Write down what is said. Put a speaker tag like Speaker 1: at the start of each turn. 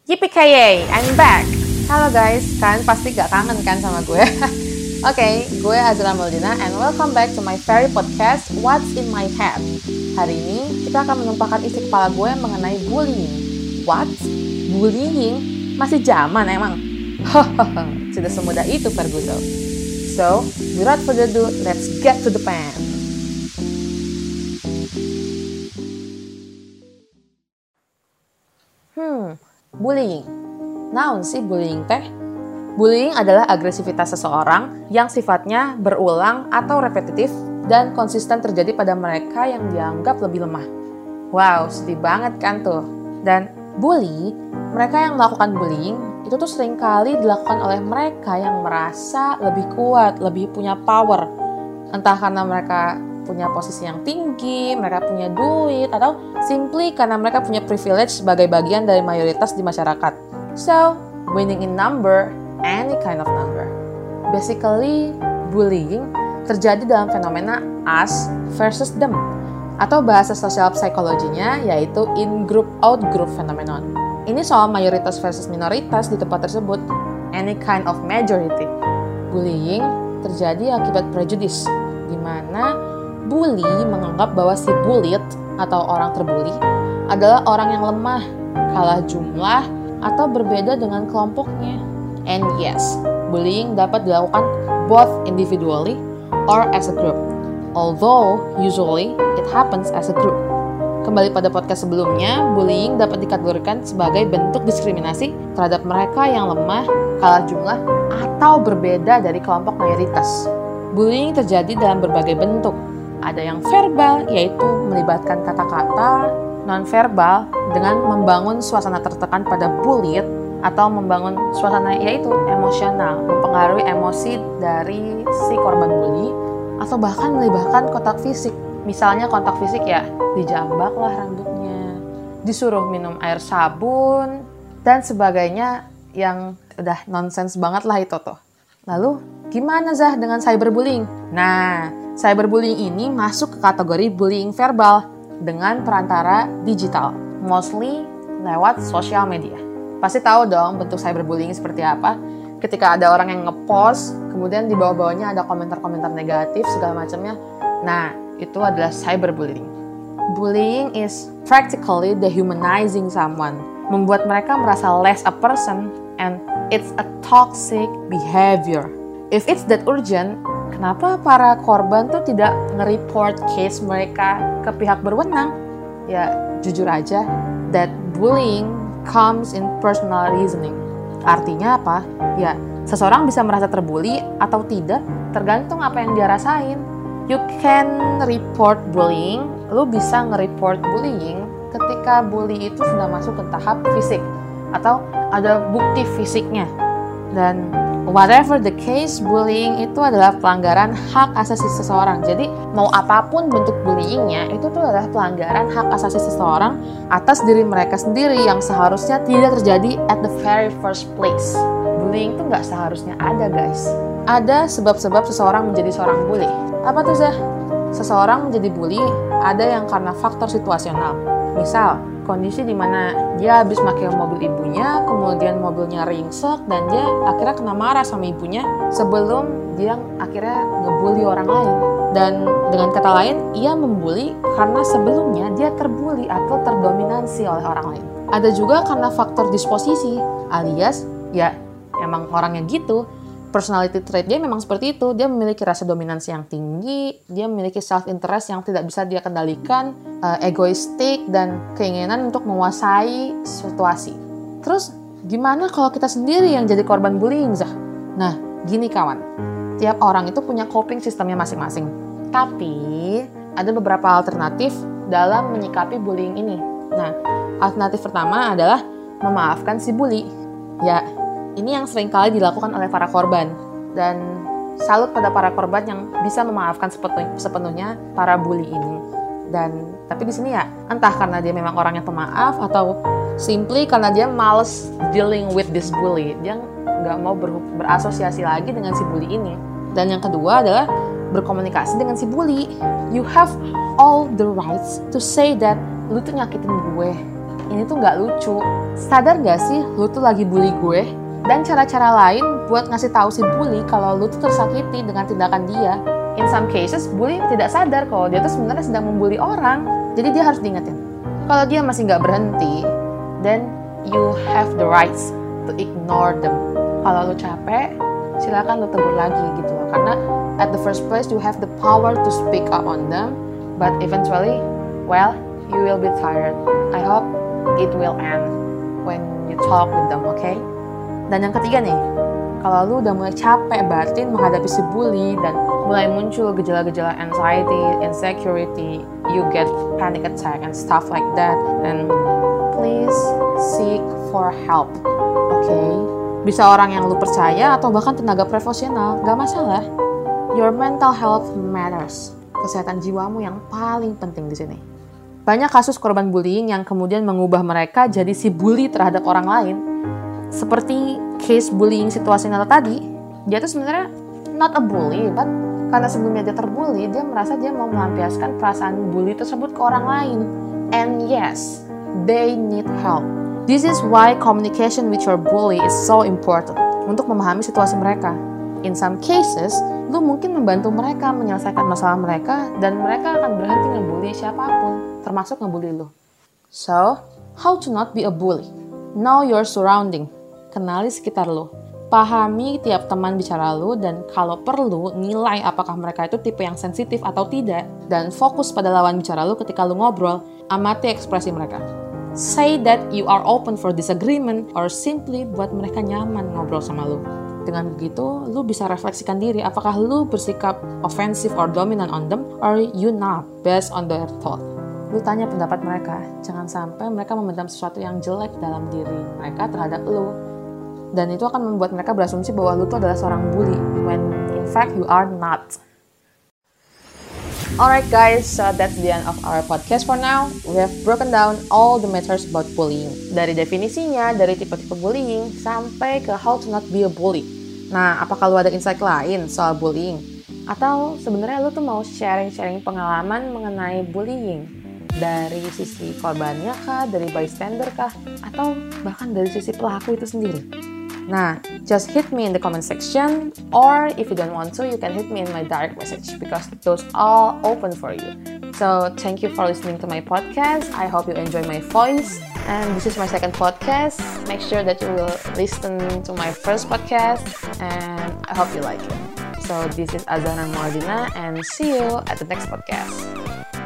Speaker 1: Yippee-ki-yay, I'm back! Halo guys, kalian pasti gak kangen kan sama gue? Oke, gue Azra Maldina and welcome back to my very podcast, What's in my head? Hari ini, kita akan menumpahkan isi kepala gue mengenai bullying. What? Bullying? Masih zaman emang? Hahaha, sudah semudah itu Ferguson. So, without further ado, let's get to the pan. Bullying. Naon sih bullying teh? Bullying adalah agresivitas seseorang yang sifatnya berulang atau repetitif dan konsisten terjadi pada mereka yang dianggap lebih lemah. Wow, sedih banget kan tuh. Dan bully, mereka yang melakukan bullying itu tuh seringkali dilakukan oleh mereka yang merasa lebih kuat, lebih punya power. Entah karena mereka punya posisi yang tinggi, mereka punya duit, atau simply karena mereka punya privilege sebagai bagian dari mayoritas di masyarakat. So, winning in number, any kind of number. Basically, bullying terjadi dalam fenomena us versus them, atau bahasa sosial psikologinya yaitu in-group, out-group phenomenon. Ini soal mayoritas versus minoritas di tempat tersebut, any kind of majority. Bullying terjadi akibat prejudice, di mana bully menganggap bahwa si bullied atau orang terbuli adalah orang yang lemah, kalah jumlah, atau berbeda dengan kelompoknya. And yes, bullying dapat dilakukan both individually or as a group. Although usually it happens as a group. Kembali pada podcast sebelumnya, bullying dapat dikategorikan sebagai bentuk diskriminasi terhadap mereka yang lemah, kalah jumlah, atau berbeda dari kelompok mayoritas. Bullying terjadi dalam berbagai bentuk. Ada yang verbal, yaitu melibatkan kata-kata, non-verbal dengan membangun suasana tertekan pada bullied, atau membangun suasana yaitu emosional, mempengaruhi emosi dari si korban bully, atau bahkan melibatkan kontak fisik. Misalnya kontak fisik ya, dijambak lah rambutnya, disuruh minum air sabun, dan sebagainya yang udah nonsens banget lah itu tuh. Lalu, gimana Zah dengan cyberbullying? Nah, cyberbullying ini masuk ke kategori bullying verbal dengan perantara digital, mostly lewat sosial media. Pasti tahu dong bentuk cyberbullying seperti apa. Ketika ada orang yang ngepost, kemudian di bawah-bawahnya ada komentar-komentar negatif segala macamnya. Nah, itu adalah cyberbullying. Bullying is practically dehumanizing someone, membuat mereka merasa less a person, and it's a toxic behavior. If it's that urgent, kenapa para korban tuh tidak nge-report case mereka ke pihak berwenang? Ya, jujur aja, that bullying comes in personal reasoning. Artinya apa? Ya, seseorang bisa merasa terbully atau tidak, tergantung apa yang dia rasain. You can report bullying, lu bisa nge-report bullying ketika bully itu sudah masuk ke tahap fisik, atau ada bukti fisiknya. Dan whatever the case, bullying itu adalah pelanggaran hak asasi seseorang. Jadi mau apapun bentuk bullyingnya, itu tuh adalah pelanggaran hak asasi seseorang atas diri mereka sendiri yang seharusnya tidak terjadi at the very first place. Bullying itu nggak seharusnya ada guys. Ada sebab-sebab seseorang menjadi seorang bully. Apa tuh Zah? Seseorang menjadi bully ada yang karena faktor situasional. Misal, kondisi di mana dia habis pakai mobil ibunya, kemudian mobilnya ringsek, dan dia akhirnya kena marah sama ibunya sebelum dia akhirnya ngebully orang lain. Dan dengan kata lain, ia membuli karena sebelumnya dia terbuli atau terdominasi oleh orang lain. Ada juga karena faktor disposisi, alias ya emang orangnya gitu. Personality trait dia memang seperti itu. Dia memiliki rasa dominansi yang tinggi, dia memiliki self-interest yang tidak bisa dia kendalikan, egoistik, dan keinginan untuk menguasai situasi. Terus, gimana kalau kita sendiri yang jadi korban bullying, Zah? Nah, gini kawan, tiap orang itu punya coping sistemnya masing-masing. Tapi, ada beberapa alternatif dalam menyikapi bullying ini. Nah, alternatif pertama adalah memaafkan si bully. Ya, ini yang seringkali dilakukan oleh para korban, dan salut pada para korban yang bisa memaafkan sepenuhnya para bully ini. Dan tapi di sini ya, entah karena dia memang orang yang pemaaf atau simply karena dia males dealing with this bully, dia nggak mau berasosiasi lagi dengan si bully ini. Dan yang kedua adalah berkomunikasi dengan si bully. You have all the rights to say that lu tuh nyakitin gue, ini tuh nggak lucu. Sadar gak sih lu tuh lagi bully gue? Dan cara-cara lain buat ngasih tahu si bully kalau lu tuh tersakiti dengan tindakan dia. In some cases, bully tidak sadar kalau dia tuh sebenarnya sedang membuli orang. Jadi dia harus diingetin. Kalau dia masih nggak berhenti, then you have the rights to ignore them. Kalau lu capek, silakan lu tegur lagi gitu loh. Karena at the first place, you have the power to speak up on them. But eventually, well, you will be tired. I hope it will end when you talk with them, okay? Dan yang ketiga nih, kalau lu udah mulai capek batin menghadapi si bully dan mulai muncul gejala-gejala anxiety, insecurity, you get panic attack and stuff like that, and please seek for help, okay? Bisa orang yang lu percaya atau bahkan tenaga profesional, gak masalah. Your mental health matters. Kesehatan jiwamu yang paling penting di sini. Banyak kasus korban bullying yang kemudian mengubah mereka jadi si bully terhadap orang lain. Seperti case bullying situasional tadi, dia tuh sebenarnya not a bully, but karena sebelumnya dia terbully, dia merasa dia mau melampiaskan perasaan bully tersebut ke orang lain. And yes, they need help. This is why communication with your bully is so important untuk memahami situasi mereka. In some cases, lu mungkin membantu mereka menyelesaikan masalah mereka dan mereka akan berhenti ngebully siapapun, termasuk ngebully lu. So, how to not be a bully? Know your surrounding. Kenali sekitar lu. Pahami tiap teman bicara lu dan kalau perlu nilai apakah mereka itu tipe yang sensitif atau tidak dan fokus pada lawan bicara lu ketika lu ngobrol, amati ekspresi mereka. Say that you are open for disagreement or simply buat mereka nyaman ngobrol sama lu. Dengan begitu, lu bisa refleksikan diri apakah lu bersikap offensive or dominant on them or you not based on their thought. Lu tanya pendapat mereka, jangan sampai mereka memendam sesuatu yang jelek dalam diri mereka terhadap lu. Dan itu akan membuat mereka berasumsi bahwa lu tuh adalah seorang bully, when in fact you are not. Alright guys, so that's the end of our podcast for now. We have broken down all the matters about bullying. Dari definisinya, dari tipe-tipe bullying, sampai ke how to not be a bully. Nah, apakah lu ada insight lain soal bullying? Atau sebenarnya lu tuh mau sharing-sharing pengalaman mengenai bullying? Dari sisi korbannya kah, dari bystander kah, atau bahkan dari sisi pelaku itu sendiri? Nah, just hit me in the comment section, or if you don't want to, you can hit me in my direct message because those are open for you. So, thank you for listening to my podcast. I hope you enjoy my voice. And this is my second podcast. Make sure that you will listen to my first podcast, and I hope you like it. So, this is Azana Muadina, and see you at the next podcast.